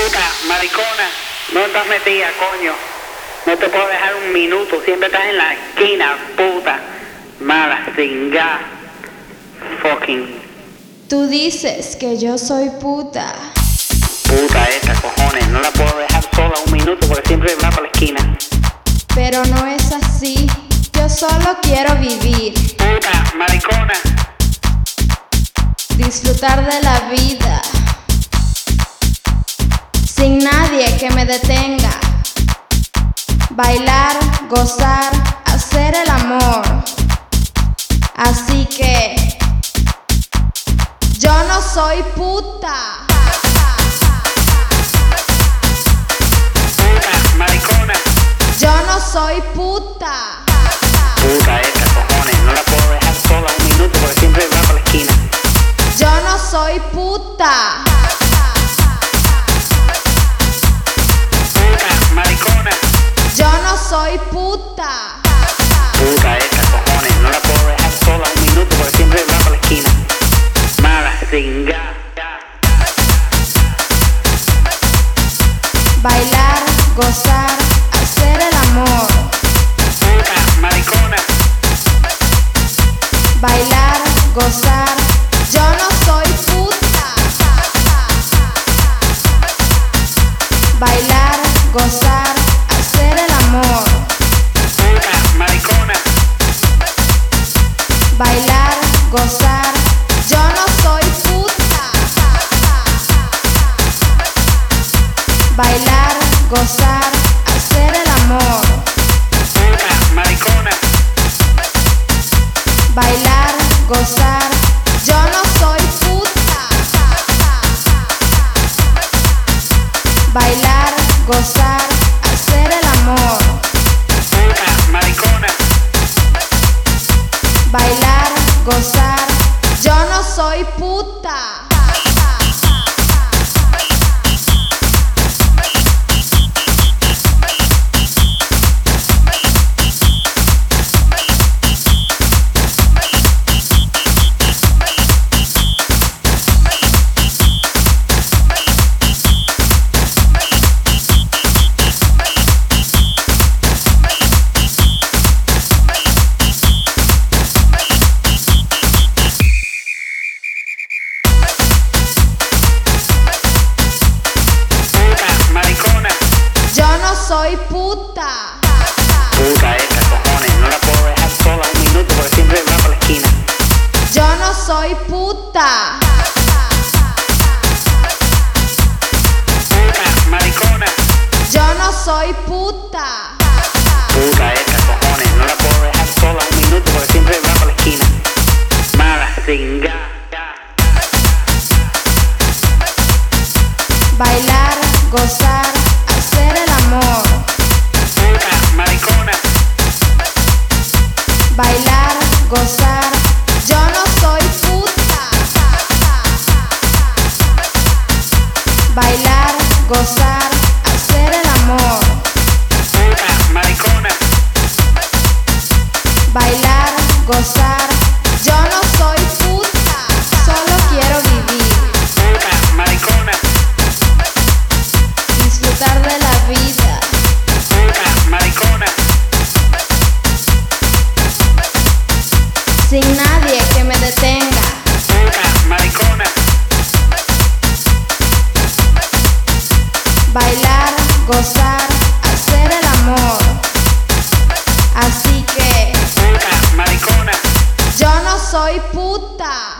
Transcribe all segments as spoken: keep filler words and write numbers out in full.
Puta, maricona, no estás metida, coño. No te puedo dejar un minuto, siempre estás en la esquina, puta. Mala, cingá. Fucking. Tú dices que yo soy puta. Puta esta, cojones, no la puedo dejar sola un minuto porque siempre va para la esquina. Pero no es así, yo solo quiero vivir. Puta, maricona. Disfrutar de la vida. Sin nadie que me detenga. Bailar, gozar, hacer el amor. Así que yo no soy puta. Puta, maricona. Yo no soy puta. Puta esta, cojones, no la puedo dejar sola un minuto porque siempre va para la esquina. Yo no soy puta. Puta, maricona. Yo no soy puta. Puta esta, cojones, no la puedo dejar sola un minuto porque siempre va para la esquina. Mala, cingá. Bailar, gozar, hacer el amor. Puta, maricona. Bailar, gozar, yo no soy puta. Bailar, gozar, hacer el amor. Puta, maricona. Bailar, gozar, yo no soy puta. Bailar, gozar, hacer el amor. Puta, maricona. Bailar, gozar, yo no soy puta. Bailar, gozar, hacer el amor. Puta, maricona. Bailar, gozar, yo no soy puta. Soy puta. Puta esta, cojones, no la puedo dejar sola un minuto porque siempre va para la esquina. Yo no soy puta. Puta, maricona. Yo no soy puta. Puta esta, cojones, no la puedo dejar sola un minuto porque siempre va para la esquina. Mala, cingá. Bailar, gozar, hacer el amor. Puta, maricona. Bailar, gozar, yo no soy puta. Bailar, gozar, hacer el amor. Puta, maricona. Bailar, gozar, yo no soy puta. Solo quiero vivir. Puta, maricona. Disfrutar de la vida. Puta, maricona. Sin nadie que me detenga. Puta, maricona. Bailar, gozar, hacer el amor. Así que Puta, maricona. yo no soy puta.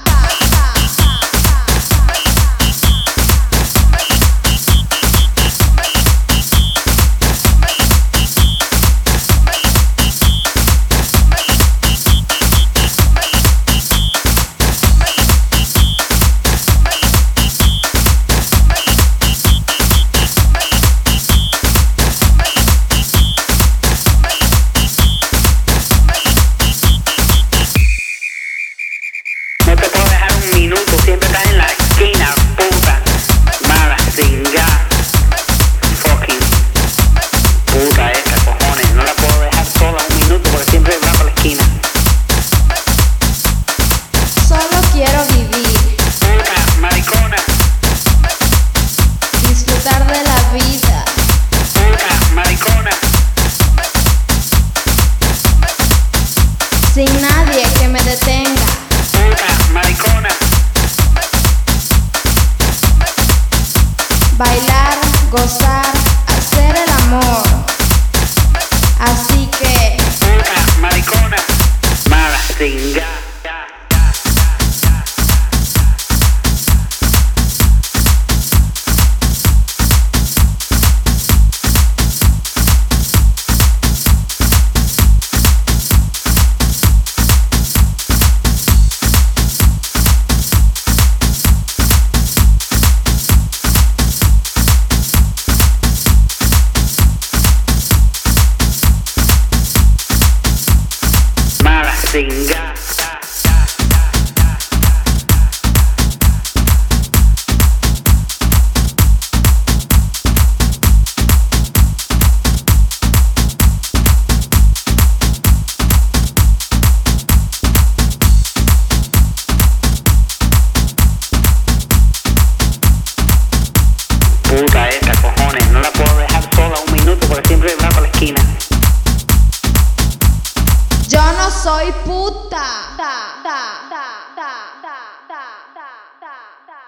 vida. Puta, maricona. Sin nadie que me detenga. Puta, maricona. Bailar, gozar, hacer el amor. Así que Puta, maricona. Mala, singa. Singa. Puta esta, cojones, no la puedo dejar sola un minuto porque siempre va para la esquina. yo no soy puta. Da, da, da, da, da, da, da, da, da.